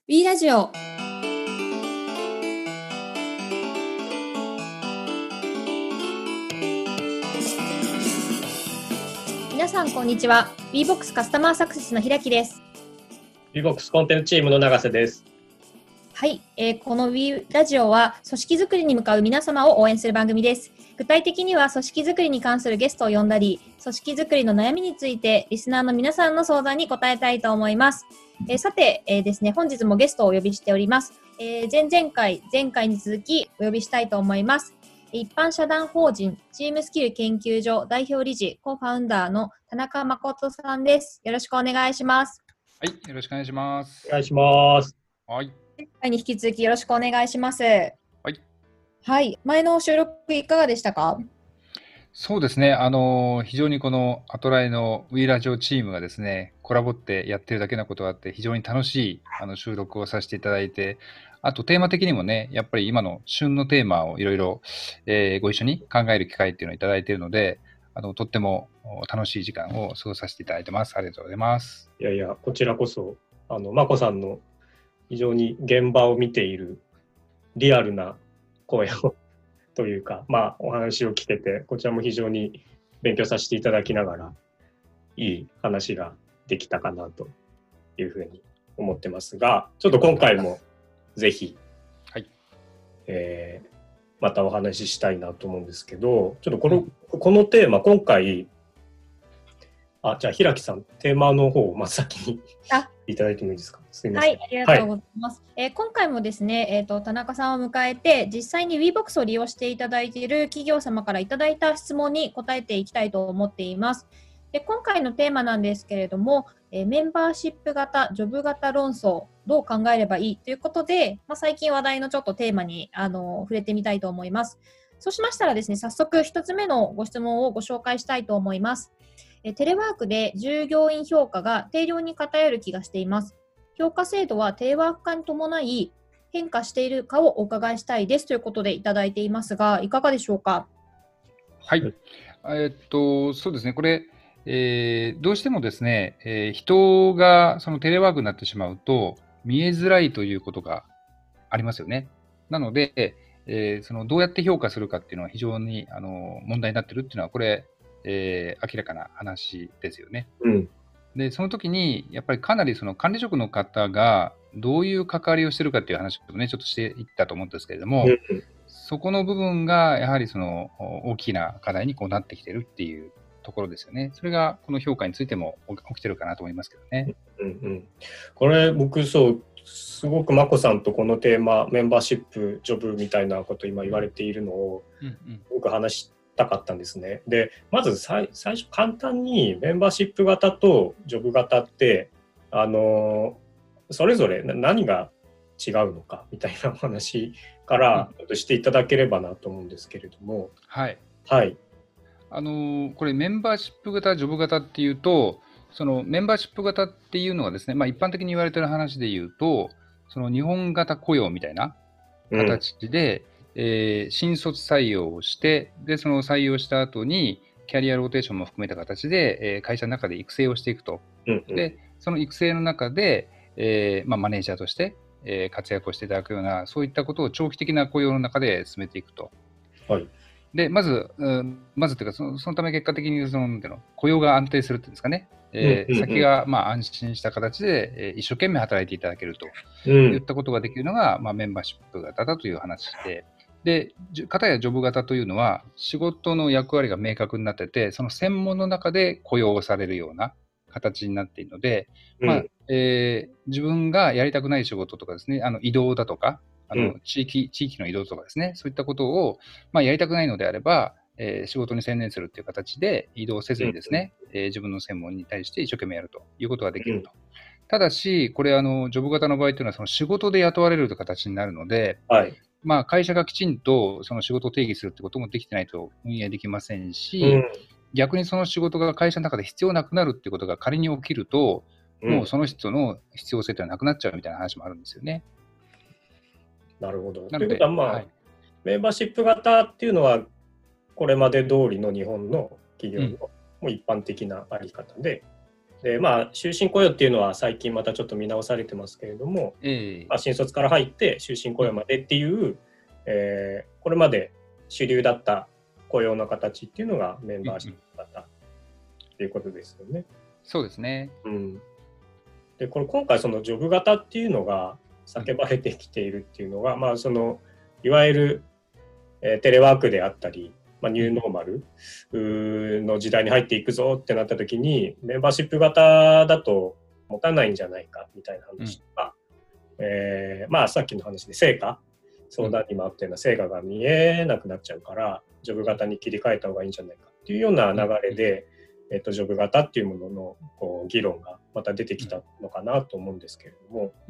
B ラジオ。皆さんこんにちは。 B-BOX カスタマーサクセスの平木です。 B-BOX コンテンツチームの永瀬です。 はい、この B ラジオは組織づくりに向かう皆様を応援する番組です。具体的には組織づくりに関するゲストを呼んだり、組織づくりの悩みについてリスナーの皆さんの相談に答えたいと思います。さて、ですね、本日もゲストをお呼びしております。前回に続きお呼びしたいと思います。一般社団法人チームスキル研究所代表理事コファウンダーの田中誠さんです。よろしくお願いします。 はい、よろしくお願いします。 お願いします。 はい。 前回に引き続きよろしくお願いします。 はい。 はい。前の収録いかがでしたか？ そうですね。非常にこのアトライの W ラジオチームがですね、コラボってやってるだけのことがあって、非常に楽しい収録をさせていただいて、あとテーマ的にもね、やっぱり今の旬のテーマをいろいろご一緒に考える機会っていうのをいただいているので、とっても楽しい時間を過ごさせていただいてます。ありがとうございます。 いやいや、こちらこそ、まこさんの非常に現場を見ているリアルな声をというか、お話を聞けて、こちらも非常に勉強させていただきながら、いい話ができたかなというふうに思ってますが、ちょっと今回もぜひ、 はい、 またお話ししたいなと思うんですけど、ちょっとこのテーマ、今回、じゃあ平木さん、テーマの方を真っ先にいただいてもいいですか？すみません。 はい、ありがとうございます。今回もですね、田中さんを迎えて、実際に B-BOX を利用していただいている企業様からいただいた質問に答えていきたいと思っています。で、今回のテーマなんですけれども、メンバーシップ型、ジョブ型論争、どう考えればいいということで、最近話題のちょっとテーマに触れてみたいと思います。そうしましたらですね、早速一つ目のご質問をご紹介したいと思います。テレワークで従業員評価が定量に偏る気がしています。評価制度はテレワーク化に伴い変化しているかをお伺いしたいですということでいただいていますが、いかがでしょうか？ はい。そうですね。これ、どうしてもですね、人がそのテレワークになってしまうと見えづらいということがありますよね。なので、そのどうやって評価するかっていうのは非常に問題になっているっていうのは、これ、明らかな話ですよね。 うん。 で、その時に、やっぱりかなりその管理職の方がどういう関わりをしているかっていう話をね、ちょっとしていったと思うんですけれども、そこの部分がやはりその大きな課題にこうなってきているっていうところですよね。それがこの評価についても起きてるかなと思いますけどね。 これ僕すごくまこさんとこのテーマ、メンバーシップジョブみたいなこと今言われているのを僕話したかったんですね。で、まず最初簡単にメンバーシップ型とジョブ型ってそれぞれ何が違うのかみたいなお話からちょっとしていただければなと思うんですけれども。 はい。 はい。 これメンバーシップ型、ジョブ型っていうと、そのメンバーシップ型っていうのはですね、一般的に言われている話で言うと、その日本型雇用みたいな形で、新卒採用をして、で、その採用した後に、キャリアローテーションも含めた形で、会社の中で育成をしていくと。で、その育成の中で、マネージャーとして、活躍をしていただくような、そういったことを長期的な雇用の中で進めていくと。 はい。 で、まずというか、そのため結果的に雇用が安定するっていうんですかね。先が安心した形で、一生懸命働いていただけるといったことができるのが、メンバーシップ型だという話で、片やジョブ型というのは仕事の役割が明確になってて、その専門の中で雇用をされるような形になっているので、自分がやりたくない仕事とかですね、移動だとか、地域の移動とかですね、そういったことを、やりたくないのであれば、仕事に専念するという形で移動せずにですね、自分の専門に対して一生懸命やるということができると。ただし、これジョブ型の場合というのはその仕事で雇われるという形になるので、会社がきちんとその仕事を定義するってこともできてないと運営できませんし、逆にその仕事が会社の中で必要なくなるっていうことが仮に起きると、もうその人の必要性というのはなくなっちゃうみたいな話もあるんですよね。 なるほど。ということは、メンバーシップ型っていうのはこれまで通りの日本の企業のもう一般的なあり方で、 で終身雇用っていうのは最近またちょっと見直されてますけれども、新卒から入って終身雇用までっていう、これまで主流だった雇用の形っていうのがメンバーシップ型っていうことですよね。 そうですね。 でこれ今回そのジョブ型っていうのが叫ばれてきているっていうのが、そのいわゆる、テレワークであったり、ニューノーマルの時代に入っていくぞってなった時にメンバーシップ型だと持たないんじゃないかみたいな話とか、さっきの話で成果相談にもあったような成果が見えなくなっちゃうからジョブ型に切り替えた方がいいんじゃないかっていうような流れで、ジョブ型っていうもののこう議論がまた出てきたのかなと思うんですけれども、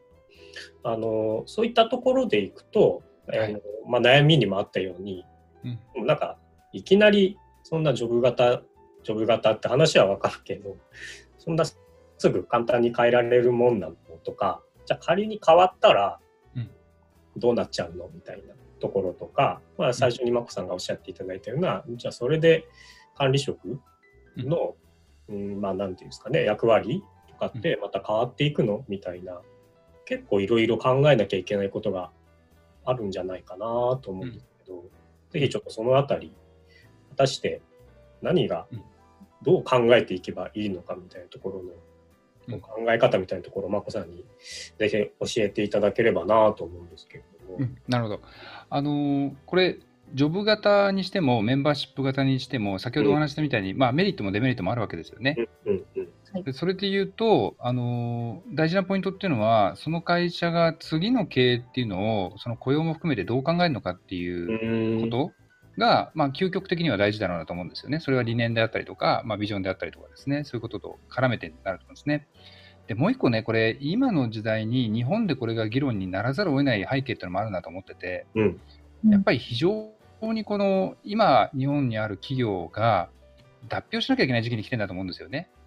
そういったところでいくと、悩みにもあったように、なんかいきなりそんなジョブ型って話は分かるけど、そんなすぐ簡単に変えられるもんなのとか、じゃあ仮に変わったらどうなっちゃうのみたいなところとか、最初に眞子さんがおっしゃっていただいたような、じゃあそれで管理職の、なんていうんですかね、役割とかってまた変わっていくのみたいな、結構いろいろ考えなきゃいけないことがあるんじゃないかなと思うんですけど、ぜひちょっとそのあたり、果たして何がどう考えていけばいいのかみたいなところの、考え方みたいなところを眞子さんにぜひ教えていただければなと思うんですけれども。 なるほど。これジョブ型にしてもメンバーシップ型にしても先ほどお話したみたいに、メリットもデメリットもあるわけですよね。でそれで言うと大事なポイントっていうのはその会社が次の経営っていうのをその雇用も含めてどう考えるのかっていうことが、究極的には大事だろうなと思うんですよね。それは理念であったりとか、ビジョンであったりとかですね、そういうことと絡めてなると思うんですね。でもう一個ね、これ今の時代に日本でこれが議論にならざるを得ない背景っていうのもあるなと思ってて、やっぱり非常にこの今日本にある企業が脱皮しなきゃいけない時期に来てるんだと思うんですよね。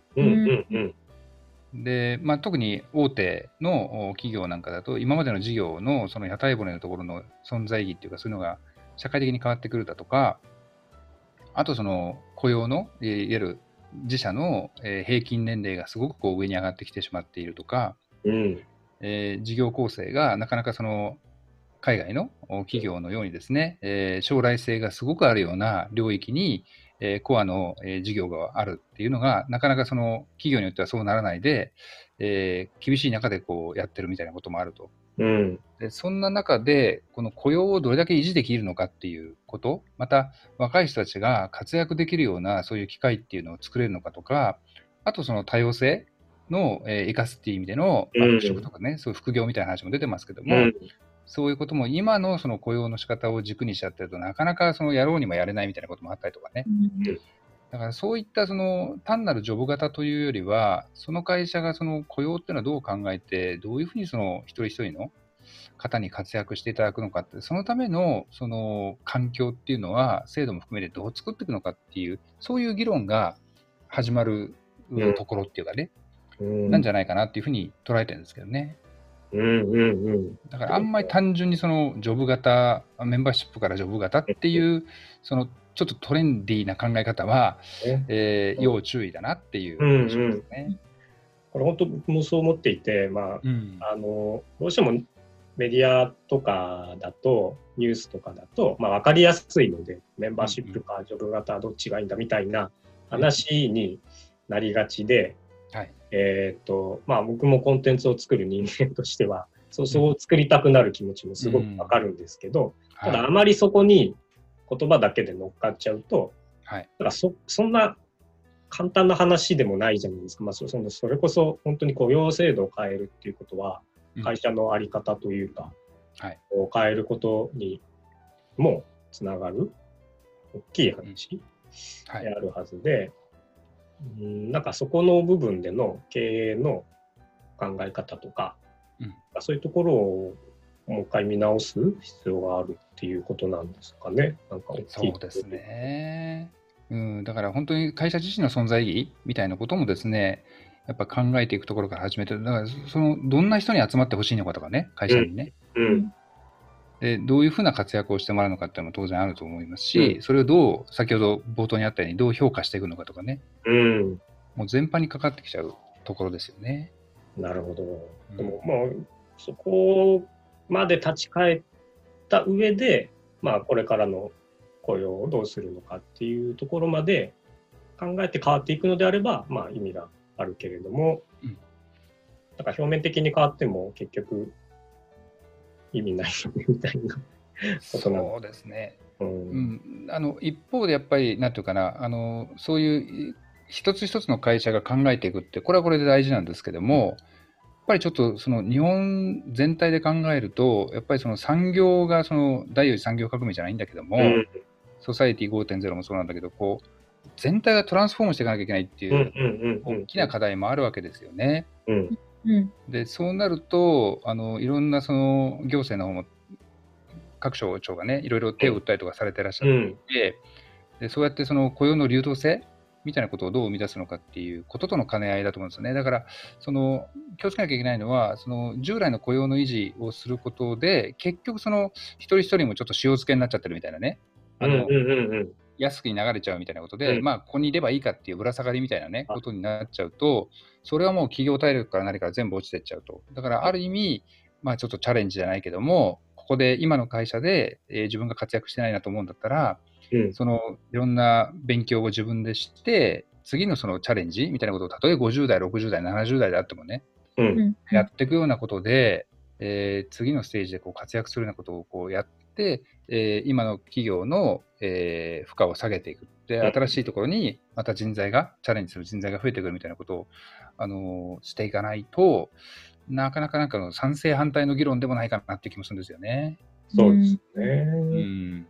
で特に大手の企業なんかだと今までの事業のその屋台骨のところの存在意義っていうかそういうのが社会的に変わってくるだとか、あとその雇用のいわゆる自社の平均年齢がすごくこう上に上がってきてしまっているとか、事業構成がなかなかその海外の企業のようにですね、将来性がすごくあるような領域にコアの事業があるっていうのがなかなかその企業によってはそうならないで、厳しい中でこうやってるみたいなこともあると。でそんな中でこの雇用をどれだけ維持できるのかっていうこと、また若い人たちが活躍できるようなそういう機会っていうのを作れるのかとか、あとその多様性の生かすっていう意味での復職とかね、そういう副業みたいな話も出てますけども、そういうことも今のその雇用の仕方を軸にしちゃってるとなかなかそのやろうにもやれないみたいなこともあったりとかね。だからそういったその単なるジョブ型というよりは、その会社がその雇用っていうのはどう考えて、どういうふうにその一人一人の方に活躍していただくのかって、そのためのその環境っていうのは制度も含めてどう作っていくのかっていう、そういう議論が始まるところっていうかね、なんじゃないかなっていうふうに捉えてるんですけどね。だからあんまり単純にそのジョブ型、メンバーシップからジョブ型っていうそのちょっとトレンディーな考え方は、要注意だなっていう印象ですね。 これ本当僕もそう思っていて、どうしてもメディアとかだとニュースとかだと、分かりやすいのでメンバーシップかジョブ型どっちがいいんだみたいな話になりがちで、僕もコンテンツを作る人間としてはそう作りたくなる気持ちもすごくわかるんですけど、ただあまりそこに言葉だけで乗っかっちゃうと、だからそんな簡単な話でもないじゃないですか。それこそ本当に雇用制度を変えるっていうことは、会社の在り方というか、を変えることにもつながる大きい話であるはずで、なんかそこの部分での経営の考え方とか、そういうところをもう一回見直す必要があるっていうことなんですかね。なんか大きい。 そうですね。だから本当に会社自身の存在意義みたいなこともですね、やっぱ考えていくところから始めて、だからそのどんな人に集まってほしいのかとかね、会社にね。でどういうふうな活躍をしてもらうのかっていうのも当然あると思いますし、それをどう先ほど冒頭にあったようにどう評価していくのかとかね、 もう全般にかかってきちゃうところですよね。 なるほど。でも、そこまで立ち返った上で、これからの雇用をどうするのかっていうところまで考えて変わっていくのであれば、意味があるけれども、だから表面的に変わっても結局意味ないみたいなことなんそうですね。一方でやっぱりなんていうかな、そういう一つ一つの会社が考えていくって、これはこれで大事なんですけども、やっぱりちょっとその日本全体で考えると、やっぱりその産業がその第4次産業革命じゃないんだけども、ソサエティ 5.0 もそうなんだけど、こう全体がトランスフォームしていかなきゃいけないっていう大きな課題もあるわけですよね。でそうなるといろんなその行政の方も各省庁がねいろいろ手を打ったりとかされてらっしゃっていて、でそうやってその雇用の流動性みたいなことをどう生み出すのかっていうこととの兼ね合いだと思うんですよね。だからその気をつけなきゃいけないのは、その従来の雇用の維持をすることで結局その一人一人もちょっと塩漬けになっちゃってるみたいなね、安くに流れちゃうみたいなことで、ここにいればいいかっていうぶら下がりみたいなねことになっちゃうと、それはもう企業体力から何から全部落ちていっちゃうと。だからある意味ちょっとチャレンジじゃないけども、ここで今の会社で、自分が活躍してないなと思うんだったら、そのいろんな勉強を自分でして、次のそのチャレンジみたいなことを、たとえ50代、60代、70代であってもね、やっていくようなことで、次のステージでこう活躍するようなことをこうやって、今の企業の、負荷を下げていく。で、新しいところにまたチャレンジする人材が増えてくるみたいなことを、していかないと、なかなかの賛成反対の議論でもないかなっていう気もするんですよね。 そうですね。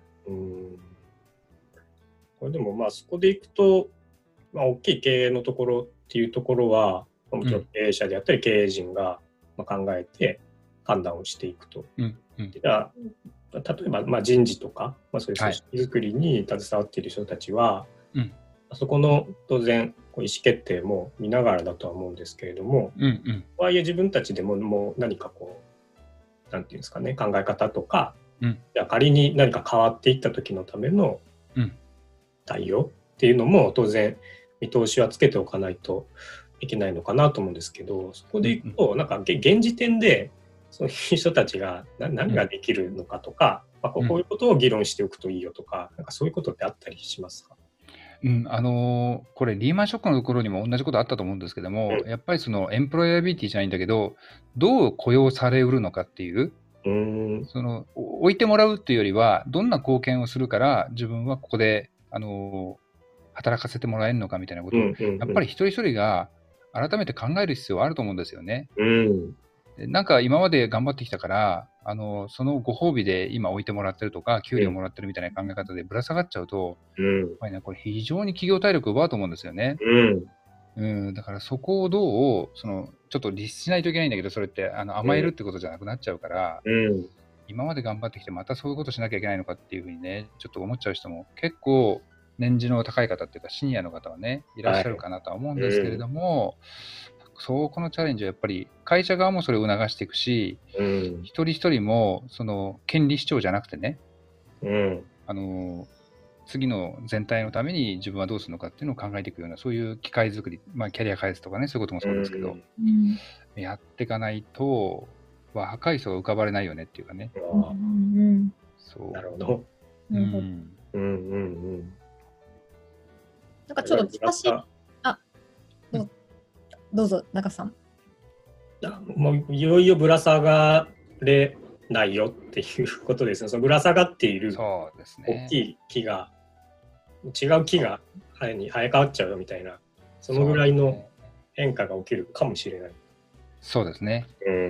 これでもそこでいくと、大きい経営のところっていうところは、もちろん経営者であったり経営陣が考えて判断をしていくと。例えば人事とか、そういう組織作りに携わっている人たちは、そこの当然意思決定も見ながらだとは思うんですけれども、とはいえ自分たちでも何かなんていうんですかね、考え方とか、仮に何か変わっていった時のための対応っていうのも当然見通しはつけておかないといけないのかなと思うんですけど、そこでいくと現時点でそういう人たちが何ができるのかとか、こういうことを議論しておくといいよとか、そういうことってあったりしますか？ これリーマンショックのところにも同じことあったと思うんですけども、やっぱりそのエンプロイアビリティじゃないんだけど、どう雇用されうるのかっていう、その置いてもらうっていうよりは、どんな貢献をするから自分はここで働かせてもらえるのかみたいなことを、やっぱり一人一人が改めて考える必要はあると思うんですよね。なんか今まで頑張ってきたから、そのご褒美で今置いてもらってるとか、給料もらってるみたいな考え方でぶら下がっちゃうと、やっぱりね、これ非常に企業体力を奪うと思うんですよね。だからそこをどう、ちょっと律しないといけないんだけど、それって甘えるってことじゃなくなっちゃうから、今まで頑張ってきてまたそういうことしなきゃいけないのかっていうふうにね、ちょっと思っちゃう人も結構年次の高い方っていうかシニアの方はね、いらっしゃるかなとは思うんですけれども、そこのチャレンジはやっぱり会社側もそれを促していくし、一人一人もその権利主張じゃなくてね、次の全体のために自分はどうするのかっていうのを考えていくような、そういう機会作り、キャリア開発とかね、そういうこともそうですけど、やっていかないと若い人が浮かばれないよねっていうかね。 なるほど。 なんかちょっと難しい。どうぞ、中さん。 もういよいよぶら下がれないよっていうことですね。そのぶら下がっている大きい木が、違う木が生え変わっちゃうよみたいな、そのぐらいの変化が起きるかもしれない。 そうですね。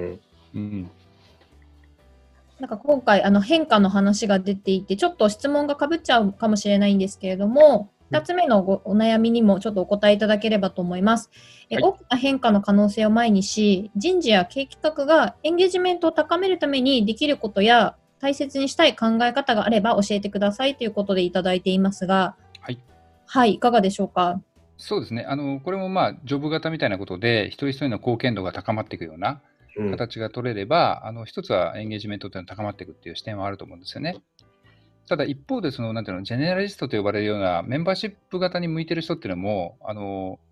なんか今回変化の話が出ていて、ちょっと質問がかぶっちゃうかもしれないんですけれども、2つ目のお悩みにもちょっとお答えいただければと思います。大きな変化の可能性を前にし、人事や経営企画がエンゲージメントを高めるためにできることや大切にしたい考え方があれば教えてくださいということでいただいていますが、いかがでしょうか？ そうですね。これもジョブ型みたいなことで、一人一人の貢献度が高まっていくような形が取れれば、一つはエンゲージメントというのは高まっていくっていう視点はあると思うんですよね。ただ一方でなんていうの、ジェネラリストと呼ばれるようなメンバーシップ型に向いてる人っていうのも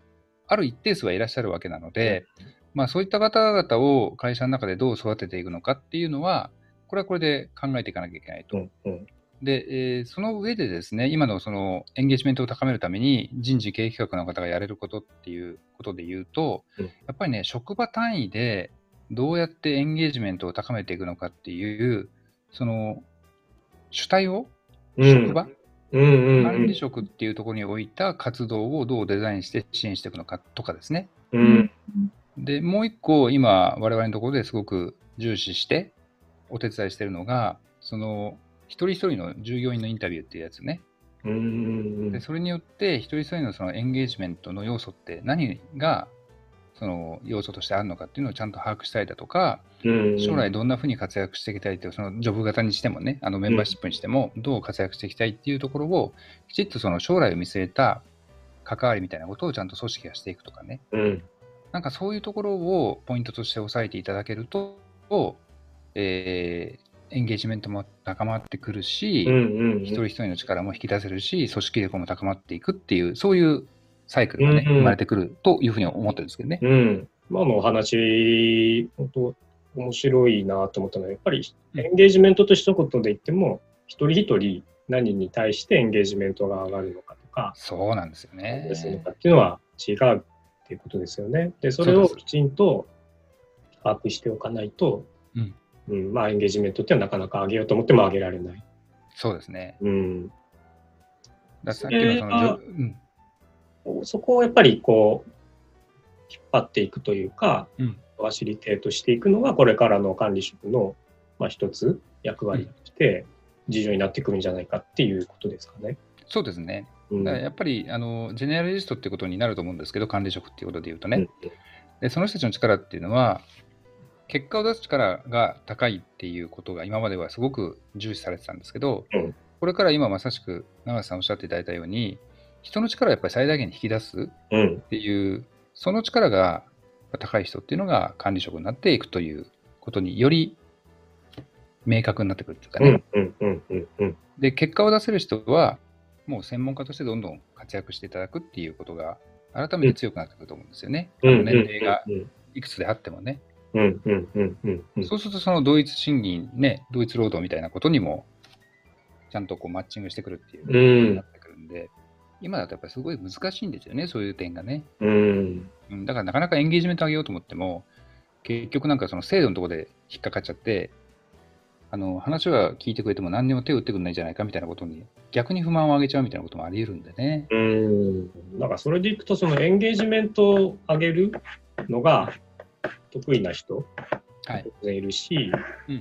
ある一定数はいらっしゃるわけなので、そういった方々を会社の中でどう育てていくのかっていうのは、これはこれで考えていかなきゃいけないと。で、その上でですね、今のそのエンゲージメントを高めるために人事経営企画の方がやれることっていうことで言うと、やっぱりね、職場単位でどうやってエンゲージメントを高めていくのかっていう、その主体を職場、管理職っていうところに置いた活動をどうデザインして支援していくのかとかですね。で、もう一個今我々のところですごく重視してお手伝いしているのが、その一人一人の従業員のインタビューっていうやつね。でそれによって一人一人のそのエンゲージメントの要素って何がその要素としてあるのかっていうのをちゃんと把握したりだとか、将来どんなふうに活躍していきたいっていう、そのジョブ型にしてもね、メンバーシップにしてもどう活躍していきたいっていうところをきちっとその将来を見据えた関わりみたいなことをちゃんと組織がしていくとかね、なんかそういうところをポイントとして押さえていただけると、エンゲージメントも高まってくるし、一人一人の力も引き出せるし、組織力も高まっていくっていう、そういうサイクルがね、生まれてくるというふうに思ってるんですけどね。 今のお話、本当面白いなと思ったのは、やっぱりエンゲージメントと一言で言っても、一人一人何に対してエンゲージメントが上がるのかとか、 そうなんですよね。 するのかっていうのは違うっていうことですよね。で、それをきちんと把握しておかないと、エンゲージメントっていうのはなかなか上げようと思っても上げられない。 そうですね。 ださっきのそこをやっぱりこう引っ張っていくというか、ファシリテートしていくのがこれからの管理職の一つ役割として重要になってくるんじゃないかっていうことですかね。 そうですね。だからやっぱりジェネラリストっていうことになると思うんですけど、管理職っていうことで言うとね、でその人たちの力っていうのは結果を出す力が高いっていうことが今まではすごく重視されてたんですけど、これから今まさしく永瀬さんおっしゃっていただいたように、人の力をやっぱり最大限に引き出すっていう、その力が高い人っていうのが管理職になっていくということにより明確になってくるというかね。で、結果を出せる人はもう専門家としてどんどん活躍していただくっていうことが改めて強くなってくると思うんですよね。年齢がいくつであってもね。そうするとその同一賃金ね、同一労働みたいなことにもちゃんとこうマッチングしてくるっていうことになってくるんで、今だとやっぱりすごい難しいんですよね、そういう点がね。だからなかなかエンゲージメント上げようと思っても、結局なんかその制度のところで引っかかっちゃって、話は聞いてくれても何にも手を打ってくれないんじゃないかみたいなことに逆に不満を上げちゃうみたいなこともあり得るんでね。 だからそれでいくと、そのエンゲージメントを上げるのが得意な人当然いるし、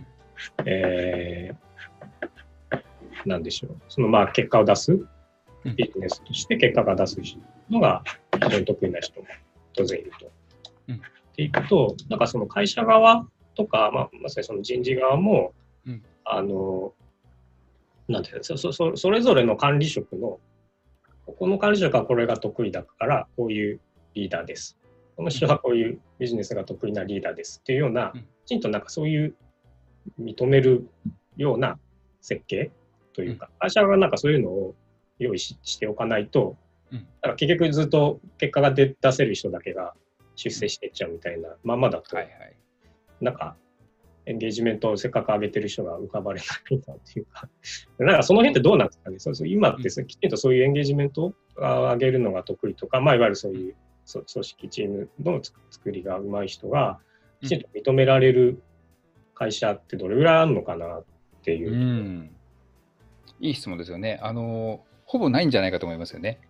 なんでしょう、その結果を出すビジネスとして結果が出すのが非常に得意な人も当然いると。っていくと、なんかその会社側とか、まさにその人事側も、なんていうの、それぞれの管理職の、この管理職はこれが得意だからこういうリーダーです。この人はこういうビジネスが得意なリーダーですっていうような、きちんとなんかそういう認めるような設計というか、会社がなんかそういうのを用意しておかないと、だから結局ずっと結果が出せる人だけが出世していっちゃうみたいなままだと、なんかエンゲージメントをせっかく上げてる人が浮かばれないなっていうか、なんかその辺ってどうなんですかね。今ってきちんとそういうエンゲージメントを上げるのが得意とか、いわゆるそういう組織チームの作りが上手い人がきちんと認められる会社ってどれぐらいあるのかなっていう。 いい質問ですよね。ほぼないんじゃないかと思いますよね。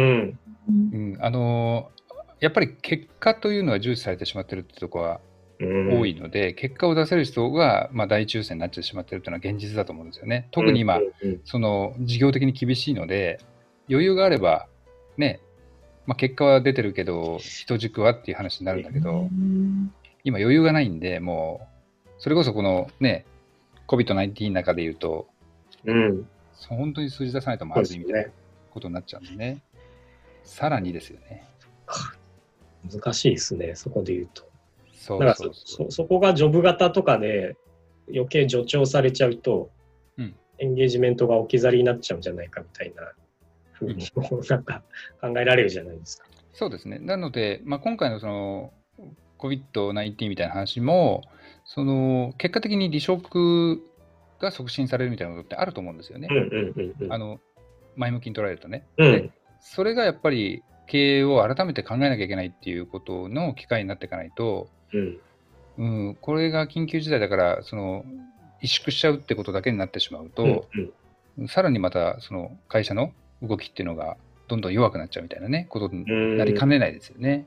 やっぱり結果というのは重視されてしまっているってところは多いので、結果を出せる人が大抽選になってしまっているというのは現実だと思うんですよね。特に今、その事業的に厳しいので、余裕があればね、結果は出てるけど人軸はっていう話になるんだけど、今余裕がないんで、もうそれこそこのね COVID-19 の中で言うと、本当に数字出さないとまずいみたいなことになっちゃうんでね。さらにですよね。 難しいですね、そこで言うと。そこがジョブ型とかで余計助長されちゃうと、エンゲージメントが置き去りになっちゃうんじゃないかみたいなふうになんか考えられるじゃないですか。 そうですね。なので、今回のその COVID-19 みたいな話も、その結果的に離職が促進されるみたいなことってあると思うんですよね。前向きに捉えるとね。で、それがやっぱり経営を改めて考えなきゃいけないっていうことの機会になっていかないと、これが緊急事態だから、その萎縮しちゃうってことだけになってしまうと、さらにまたその会社の動きっていうのがどんどん弱くなっちゃうみたいなね、ことになりかねないですよね。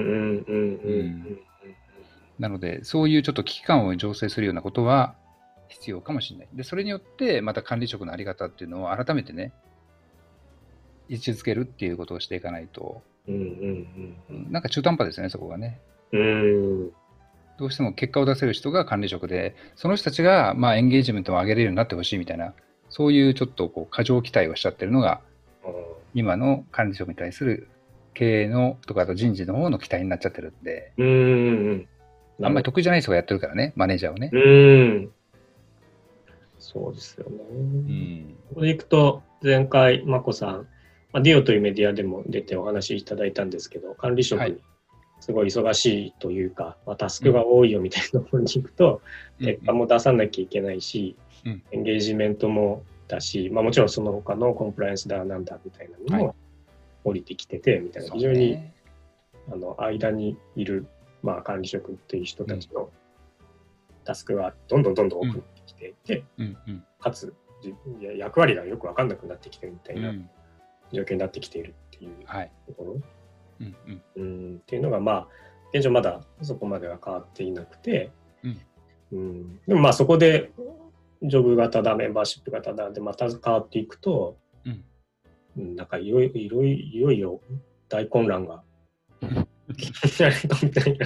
なので、そういうちょっと危機感を醸成するようなことは必要かもしれない。で、それによってまた管理職のあり方っていうのを改めてね、位置づけるっていうことをしていかないと、なんか中途半端ですね、そこがね。どうしても結果を出せる人が管理職で、その人たちがエンゲージメントを上げれるようになってほしいみたいな、そういうちょっとこう過剰期待をしちゃってるのが、今の管理職に対する経営のとかあと人事の方の期待になっちゃってるんで、あんまり得意じゃない人がやってるからね、マネージャーをね。 そうですよね。ここでいくと、前回、まこさん、ディオというメディアでも出てお話しいただいたんですけど、管理職にすごい忙しいというか、タスクが多いよみたいなところに行くと、結果も出さなきゃいけないし、エンゲージメントもだし、もちろんその他のコンプライアンスだなんだみたいなのも降りてきてて、みたいな、非常に間にいる、管理職っていう人たちのタスクがどんどん多くなってきていて、かつ役割がよく分かんなくなってきてるみたいな状況になってきているっていうところ、っていうのが現状まだそこまでは変わっていなくて、でもそこでジョブ型だメンバーシップ型だでまた変わっていくと、なんかいよいよ大混乱がみたいな。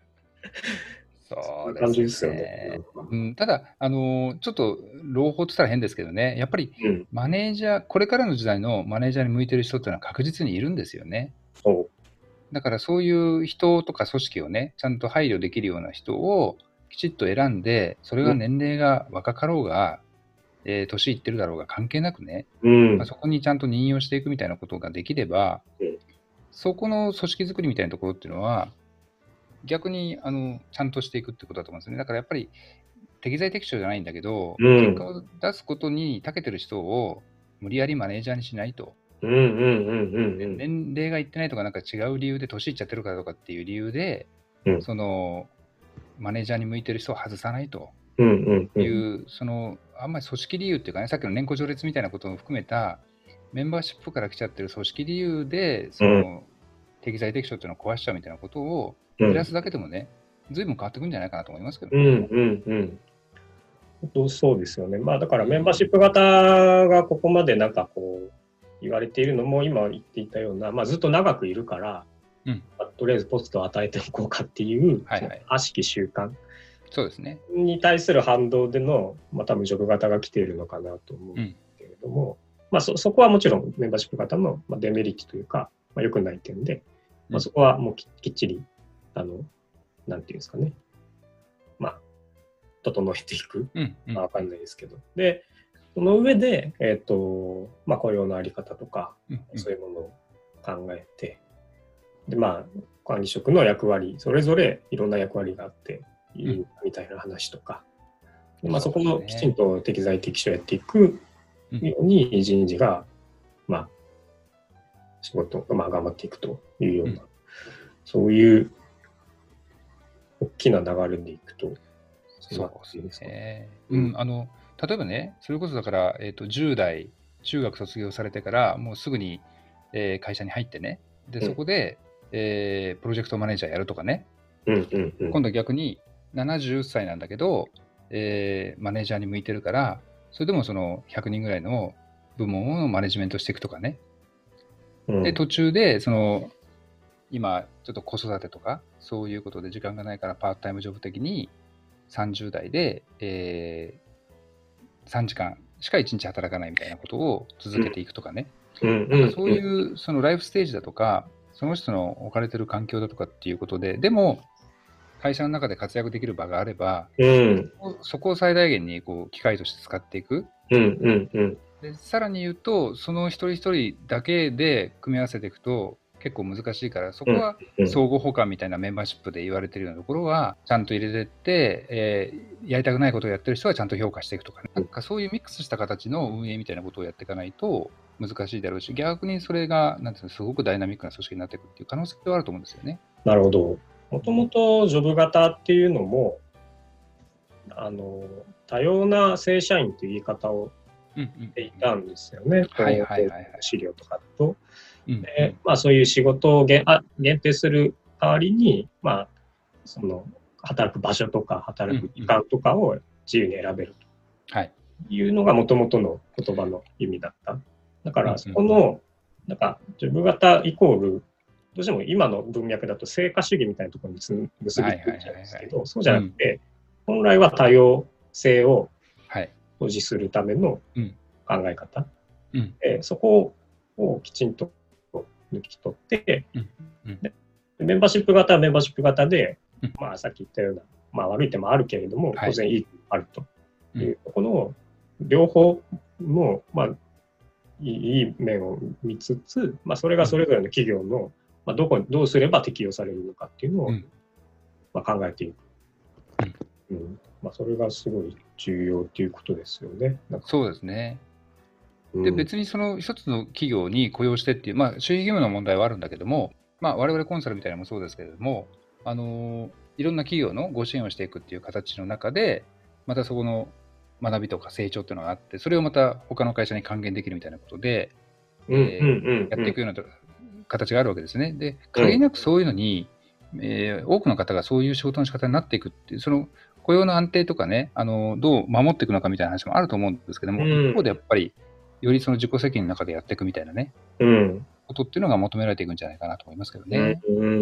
そうですね。ただ、ちょっと朗報としたら変ですけどね、やっぱりマネージャー、これからの時代のマネージャーに向いてる人っていうのは確実にいるんですよね。だからそういう人とか組織をね、ちゃんと配慮できるような人をきちっと選んで、それが年齢が若かろうが、年いってるだろうが関係なくね、そこにちゃんと任用していくみたいなことができれば、そこの組織づくりみたいなところっていうのは、逆にちゃんとしていくってことだと思うんですよね。だからやっぱり適材適所じゃないんだけど、結果を出すことに長けてる人を無理やりマネージャーにしないと。年齢がいってないとかなんか違う理由で年いっちゃってるからとかっていう理由で、そのマネージャーに向いてる人を外さないという、そのあんまり組織理由っていうかね、さっきの年功序列みたいなことを含めたメンバーシップから来ちゃってる組織理由で、その適材適所っていうのを壊しちゃうみたいなことを減らすだけでもね、随分変わってくるんじゃないかなと思いますけどね。 そうですよね。だからメンバーシップ型がここまでなんかこう言われているのも今言っていたような、ずっと長くいるから、とりあえずポストを与えておこうかっていう悪しき習慣に対する反動での、多分ジョブ型が来ているのかなと思うんけれども、そこはもちろんメンバーシップ型のデメリットというか、良くない点で、そこはもうきっちりなんていうんですかね、整えていく、わかんないですけど。で、その上で、雇用のあり方とか、そういうものを考えて、で、管理職の役割、それぞれいろんな役割があっているみたいな話とか、でそこもきちんと適材適所やっていくように人事が、仕事を頑張っていくというような、そういう大きな流れでいくと、 そうですね。例えばね、それこそだから、10代、中学卒業されてから、もうすぐに、会社に入ってね、でそこで、プロジェクトマネージャーやるとかね、今度逆に70歳なんだけど、マネージャーに向いてるから、それでもその100人ぐらいの部門をマネジメントしていくとかね。で、途中で、今、ちょっと子育てとか、そういうことで時間がないから、パートタイムジョブ的に、30代で、3時間しか1日働かないみたいなことを続けていくとかね。なんかそういうそのライフステージだとか、その人の置かれてる環境だとかっていうことで、でも会社の中で活躍できる場があれば、そこを最大限にこう機会として使っていく。でさらに言うと、その一人一人だけで組み合わせていくと、 結構難しいから、そこは相互補完みたいなメンバーシップで言われてるようなところはちゃんと入れてって、やりたくないことをやってる人はちゃんと評価していくとかね、なんかそういうミックスした形の運営みたいなことをやっていかないと難しいだろうし、逆にそれがなんていうのすごくダイナミックな組織になっていくっていう可能性はあると思うんですよね。 なるほど。もともとジョブ型っていうのも多様な正社員という言い方をしていたんですよね。資料とかと。でそういう仕事を限定する代わりに、その働く場所とか働く時間とかを自由に選べるというのがもともとの言葉の意味だった。だからそこのなんかジョブ型イコールどうしても今の文脈だと成果主義みたいなところに結びついちゃうんですけど、そうじゃなくて、本来は多様性を保持するための考え方、そこをきちんと抜き取って、メンバーシップ型はメンバーシップ型で、さっき言ったような、悪い点もあるけれども、当然いい点もあるというところを、両方の、いい面を見つつ、それがそれぞれの企業の、どうすれば適用されるのかっていうのを、考えていく。それがすごい重要っていうことですよね。 そうですね。で別にその一つの企業に雇用してっていう、守秘義務の問題はあるんだけども、我々コンサルみたいなのもそうですけれども、いろんな企業のご支援をしていくっていう形の中で、またそこの学びとか成長っていうのがあって、それをまた他の会社に還元できるみたいなことで、やっていくような形があるわけですね。で、限りなくそういうのに、多くの方がそういう仕事の仕方になっていくっていう、その雇用の安定とかね、どう守っていくのかみたいな話もあると思うんですけども、一方でやっぱり、よりその自己責任の中でやっていくみたいなね、ことっていうのが求められていくんじゃないかなと思いますけどね。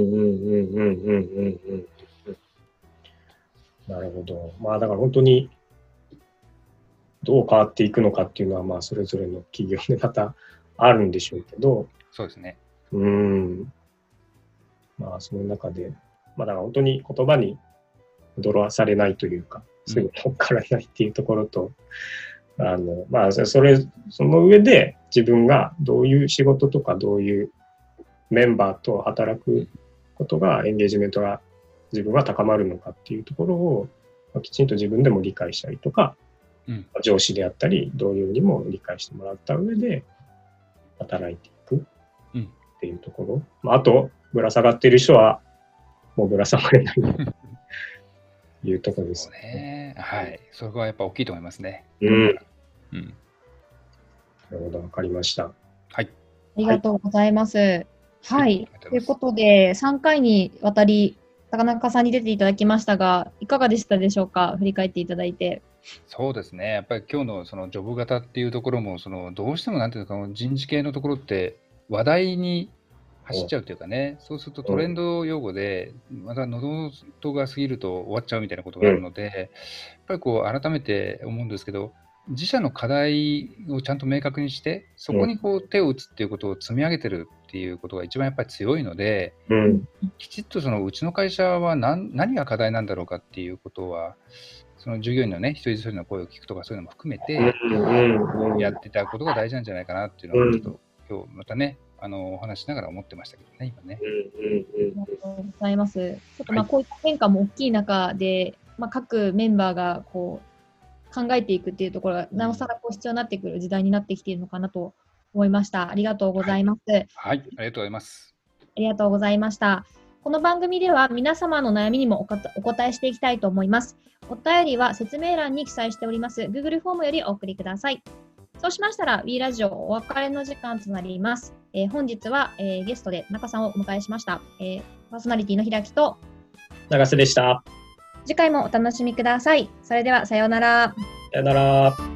なるほど。だから本当にどう変わっていくのかっていうのは、それぞれの企業でまたあるんでしょうけど、 そうですね。 その中で、だから本当に言葉に踊らされないというか、すぐ乗っからないっていうところと、その上で自分がどういう仕事とかどういうメンバーと働くことがエンゲージメントが自分は高まるのかっていうところをきちんと自分でも理解したりとか、上司であったり同僚にも理解してもらった上で働いていくっていうところ、あとぶら下がっている人はもうぶら下がれないというところですね。はい、そこはやっぱ大きいと思いますね。 なるほど、わかりました。 はい。 ありがとうございます。はい。ということで、3回にわたり、高中さんに出ていただきましたが、いかがでしたでしょうか？振り返っていただいて。 そうですね。やっぱり今日のそのジョブ型っていうところも、どうしてもなんていうか、人事系のところって話題に走っちゃうというかね、そうするとトレンド用語で、また喉元が過ぎると終わっちゃうみたいなことがあるので、やっぱり改めて思うんですけど、自社の課題をちゃんと明確にして、そこに手を打つっていうことを積み上げてるっていうことが一番やっぱり強いので、きちっとうちの会社は何が課題なんだろうかっていうことは、その従業員のね、一人一人の声を聞くとかそういうのも含めて、やっていただくことが大事なんじゃないかなっていうのを、ちょっと今日またね、お話しながら思ってましたけどね、今ね。 ありがとうございます。ちょっとこういった変化も大きい中で、各メンバーが考えていくっていうところが、なおさら必要になってくる時代になってきているのかなと思いました。ありがとうございます。 はい、ありがとうございます。 ありがとうございました。この番組では皆様の悩みにもお答えしていきたいと思います。お便りは説明欄に記載しております Google フォームよりお送りください。そうしましたら WE ラジオお別れの時間となります。本日は、ゲストで中さんをお迎えしました。パーソナリティの平木と長瀬でした。 次回もお楽しみください。それではさようなら。 さようなら。